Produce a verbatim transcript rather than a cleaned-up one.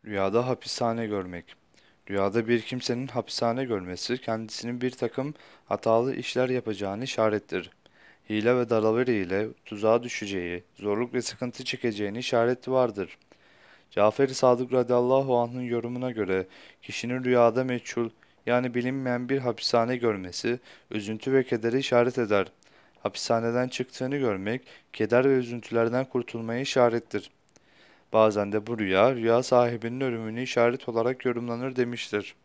Rüyada hapishane görmek. Rüyada bir kimsenin hapishane görmesi kendisinin bir takım hatalı işler yapacağını işarettir. Hile ve dalavere ile tuzağa düşeceği, zorluk ve sıkıntı çekeceğini işareti vardır. Cafer-i Sadık radıyallahu anh'ın yorumuna göre kişinin rüyada meçhul yani bilinmeyen bir hapishane görmesi üzüntü ve kederi işaret eder. Hapishaneden çıktığını görmek keder ve üzüntülerden kurtulmaya işarettir. Bazen de bu rüya, rüya sahibinin ölümünü işaret olarak yorumlanır demiştir.